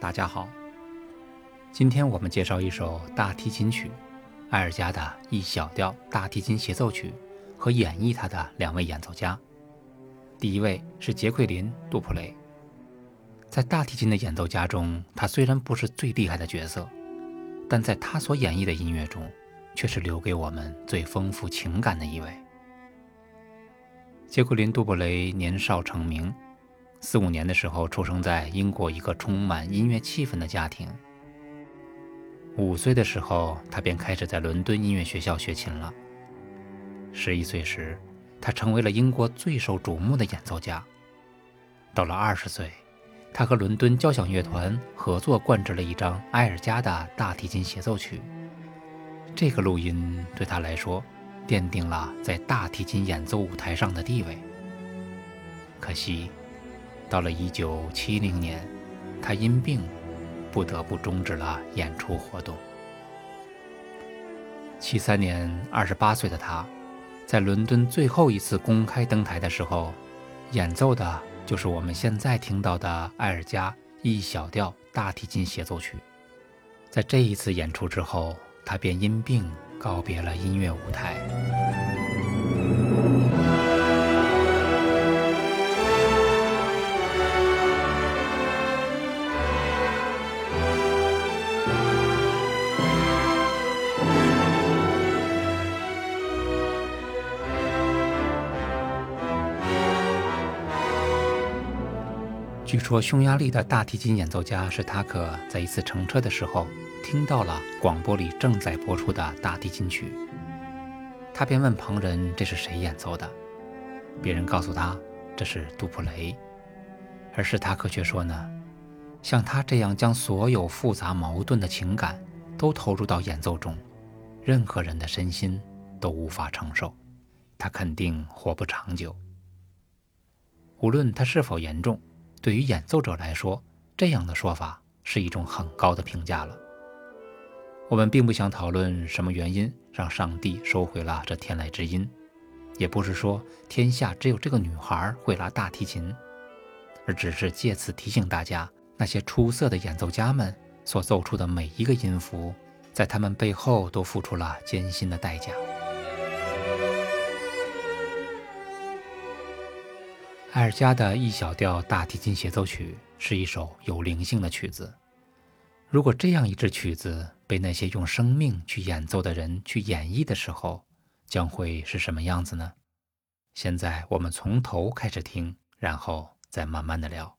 大家好。今天我们介绍一首大提琴曲，埃尔加的 E 小调大提琴协奏曲和演绎它的两位演奏家。第一位是杰奎琳·杜普雷。在大提琴的演奏家中，他虽然不是最厉害的角色，但在他所演绎的音乐中，却是留给我们最丰富情感的一位。杰奎琳·杜普雷年少成名，45年的时候出生在英国一个充满音乐气氛的家庭。5岁的时候，他便开始在伦敦音乐学校学琴了。11岁时，他成为了英国最受瞩目的演奏家。到了20岁，他和伦敦交响乐团合作灌制了一张埃尔加的大提琴协奏曲。这个录音对他来说，奠定了在大提琴演奏舞台上的地位。可惜，到了1970年，他因病不得不终止了演出活动。73年，28岁的他，在伦敦最后一次公开登台的时候，演奏的就是我们现在听到的埃尔加 E 小调大提琴协奏曲。在这一次演出之后，他便因病告别了音乐舞台。据说匈牙利的大提琴演奏家史塔克在一次乘车的时候听到了广播里正在播出的大提琴曲，他便问旁人这是谁演奏的，别人告诉他这是杜普雷，而史塔克却说呢，像他这样将所有复杂矛盾的情感都投入到演奏中，任何人的身心都无法承受，他肯定活不长久。无论他是否严重，对于演奏者来说，这样的说法是一种很高的评价了。我们并不想讨论什么原因让上帝收回了这天籁之音，也不是说天下只有这个女孩会拉大提琴，而只是借此提醒大家，那些出色的演奏家们所奏出的每一个音符，在他们背后都付出了艰辛的代价。埃尔加的 E 小调大提琴协奏曲是一首有灵性的曲子。如果这样一支曲子被那些用生命去演奏的人去演绎的时候，将会是什么样子呢？现在我们从头开始听，然后再慢慢的聊。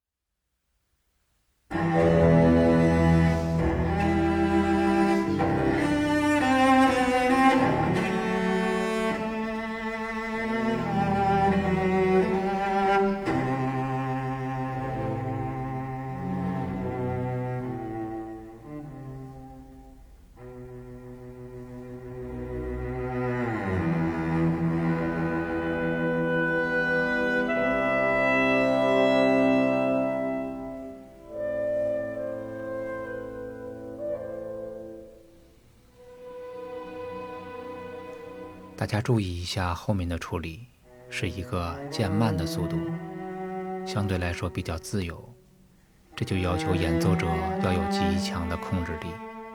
大家注意一下后面的处理，是一个渐慢的速度，相对来说比较自由，这就要求演奏者要有极强的控制力。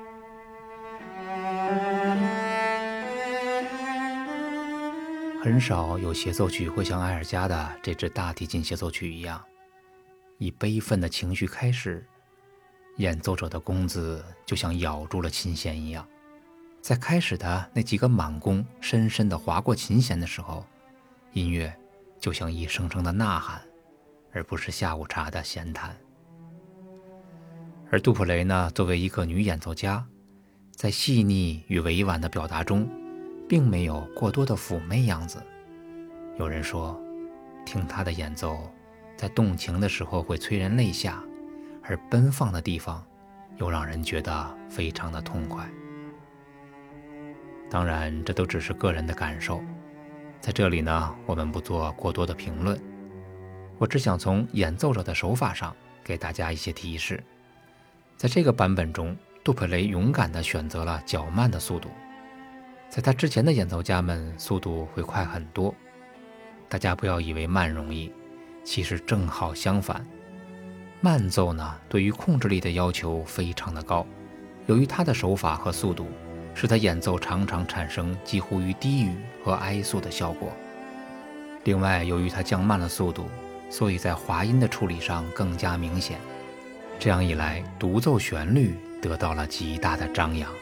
很少有协奏曲会像埃尔加的这支大提琴协奏曲一样，以悲愤的情绪开始，演奏者的弓子就像咬住了琴弦一样。在开始的那几个满弓深深地划过琴弦的时候，音乐就像一声声的呐喊，而不是下午茶的闲谈。而杜普雷呢，作为一个女演奏家，在细腻与委婉的表达中，并没有过多的妩媚样子。有人说，听她的演奏，在动情的时候会催人泪下，而奔放的地方又让人觉得非常的痛快。当然，这都只是个人的感受，在这里呢，我们不做过多的评论。我只想从演奏者的手法上给大家一些提示。在这个版本中，杜普雷勇敢地选择了较慢的速度，在他之前的演奏家们速度会快很多。大家不要以为慢容易，其实正好相反， 慢奏呢，对于控制力的要求非常的高，由于他的手法和速度，使他演奏常常产生几乎于低语和哀诉的效果。另外，由于他降慢了速度，所以在滑音的处理上更加明显。这样一来，独奏旋律得到了极大的张扬。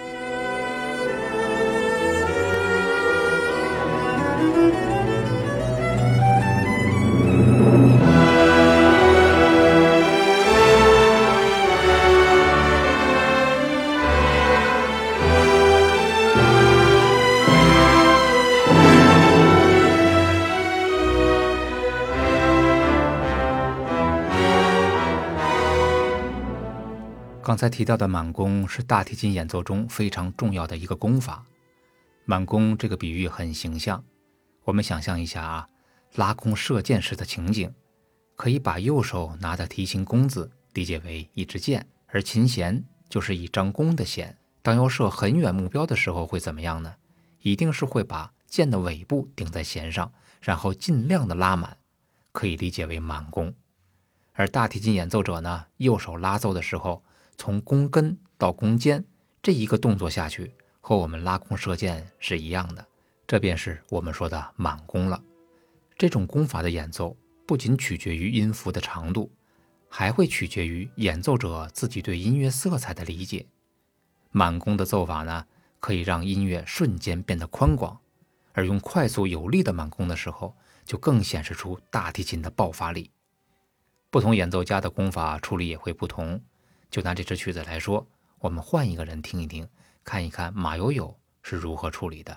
刚才提到的满弓是大提琴演奏中非常重要的一个弓法。满弓这个比喻很形象，我们想象一下拉弓射箭时的情景，可以把右手拿的提琴弓子理解为一支箭，而琴弦就是一张弓的弦。当要射很远目标的时候会怎么样呢？一定是会把箭的尾部顶在弦上，然后尽量的拉满，可以理解为满弓。而大提琴演奏者呢，右手拉奏的时候，从弓根到弓尖这一个动作下去，和我们拉弓射箭是一样的，这便是我们说的满弓了。这种弓法的演奏不仅取决于音符的长度，还会取决于演奏者自己对音乐色彩的理解。满弓的奏法呢，可以让音乐瞬间变得宽广，而用快速有力的满弓的时候，就更显示出大提琴的爆发力。不同演奏家的弓法处理也会不同。就拿这支曲子来说，我们换一个人听一听，看一看马友友是如何处理的。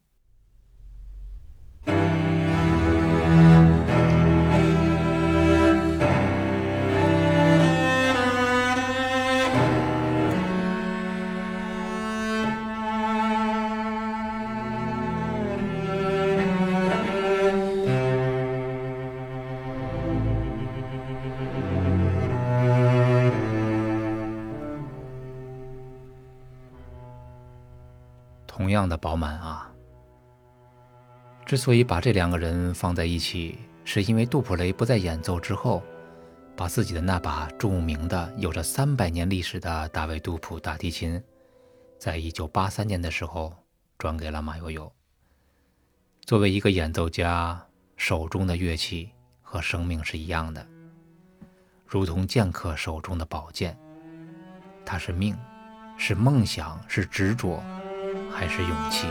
同样的饱满之所以把这两个人放在一起，是因为杜普雷不在演奏之后，把自己的那把著名的有着300年历史的大卫杜普大提琴，在1983年的时候转给了马友友。作为一个演奏家，手中的乐器和生命是一样的，如同剑客手中的宝剑，它是命，是梦想，是执着，还是勇气？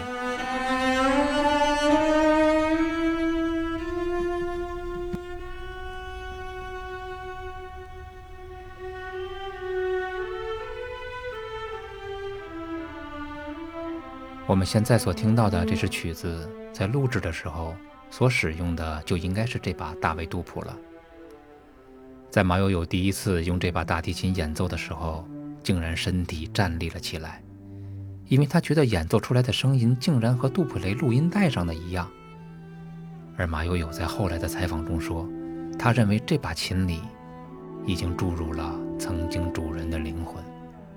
我们现在所听到的这支曲子，在录制的时候所使用的就应该是这把大卫杜普了。在马友友第一次用这把大提琴演奏的时候，竟然身体站立了起来，因为他觉得演奏出来的声音竟然和杜普雷录音带上的一样。而马友友在后来的采访中说，他认为这把琴里已经注入了曾经主人的灵魂。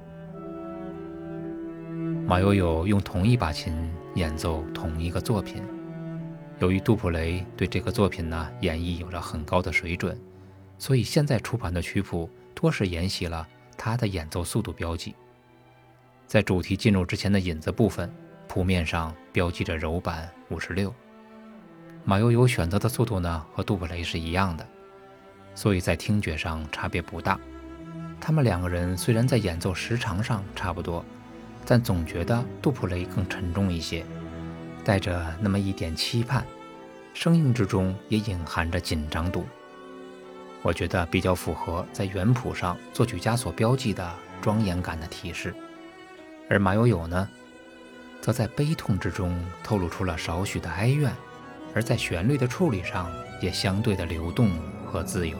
马友友用同一把琴演奏同一个作品，由于杜普雷对这个作品演绎有着很高的水准，所以现在出版的曲谱多是沿袭了他的演奏速度标记。在主题进入之前的引子部分，谱面上标记着柔板56。马友友选择的速度和杜普雷是一样的，所以在听觉上差别不大。他们两个人虽然在演奏时长上差不多，但总觉得杜普雷更沉重一些，带着那么一点期盼，声音之中也隐含着紧张度。我觉得比较符合在原谱上作曲家所标记的庄严感的提示。而马友友呢，则在悲痛之中透露出了少许的哀怨，而在旋律的处理上也相对的流动和自由。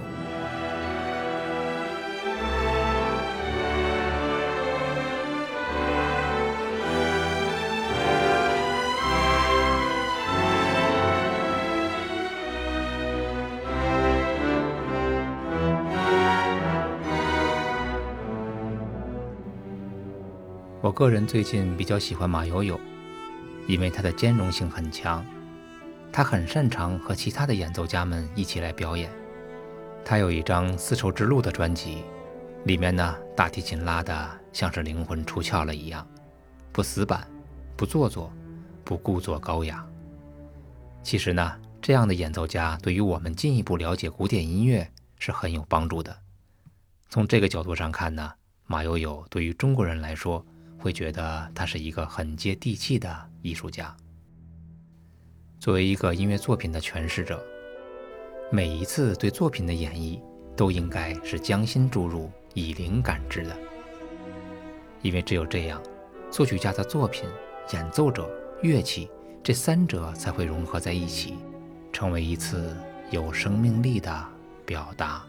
我个人最近比较喜欢马友友，因为他的兼容性很强，他很擅长和其他的演奏家们一起来表演。 他有一张丝绸之路的专辑，里面呢大提琴拉得像是灵魂出窍了一样，不死板，不做作，不故作高雅。其实呢，这样的演奏家对于我们进一步了解古典音乐是很有帮助的。从这个角度上看呢，马友友对于中国人来说会觉得他是一个很接地气的艺术家。作为一个音乐作品的诠释者，每一次对作品的演绎都应该是将心注入，以灵感之的。因为只有这样，作曲家的作品、演奏者、乐器这三者才会融合在一起，成为一次有生命力的表达。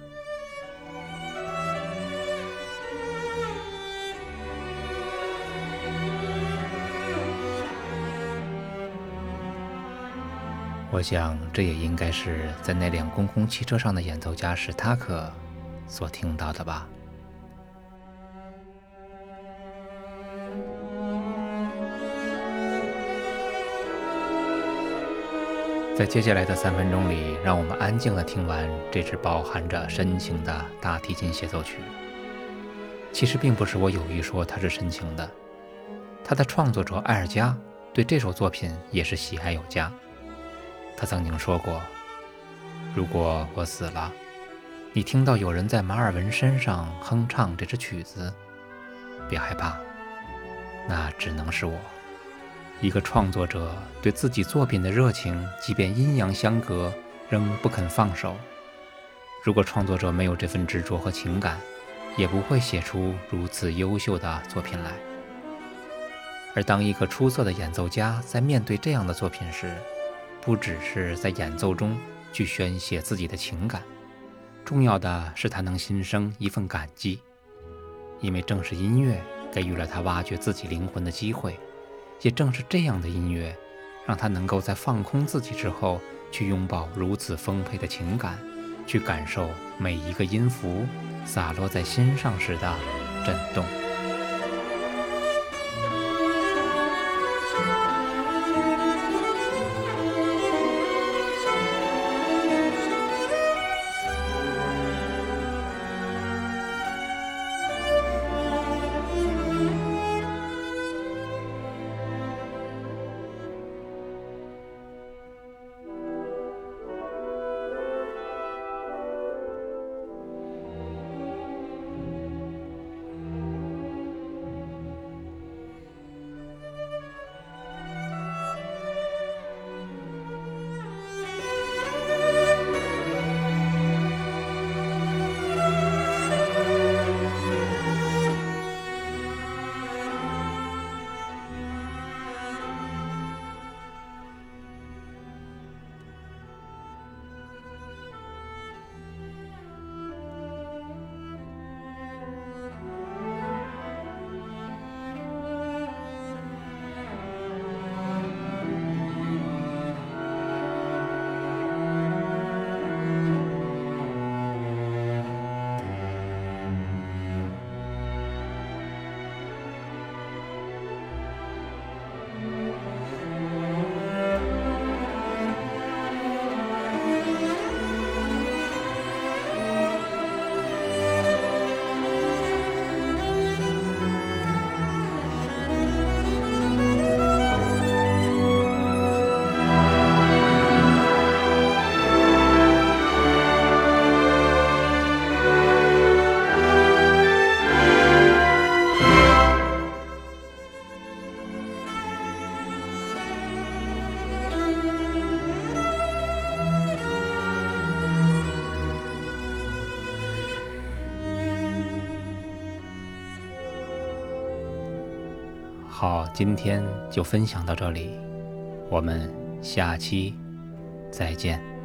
我想这也应该是在那辆公共汽车上的演奏家史塔克所听到的吧。在接下来的3分钟里，让我们安静地听完这支饱含着深情的大提琴协奏曲。其实并不是我有意说它是深情的，它的创作者艾尔加对这首作品也是喜爱有加。他曾经说过，如果我死了，你听到有人在马尔文身上哼唱这支曲子，别害怕，那只能是我。一个创作者对自己作品的热情，即便阴阳相隔，仍不肯放手。如果创作者没有这份执着和情感，也不会写出如此优秀的作品来。而当一个出色的演奏家在面对这样的作品时，不只是在演奏中去宣泄自己的情感，重要的是他能心生一份感激，因为正是音乐给予了他挖掘自己灵魂的机会，也正是这样的音乐，让他能够在放空自己之后，去拥抱如此丰沛的情感，去感受每一个音符洒落在心上时的震动。好，今天就分享到这里，我们下期再见。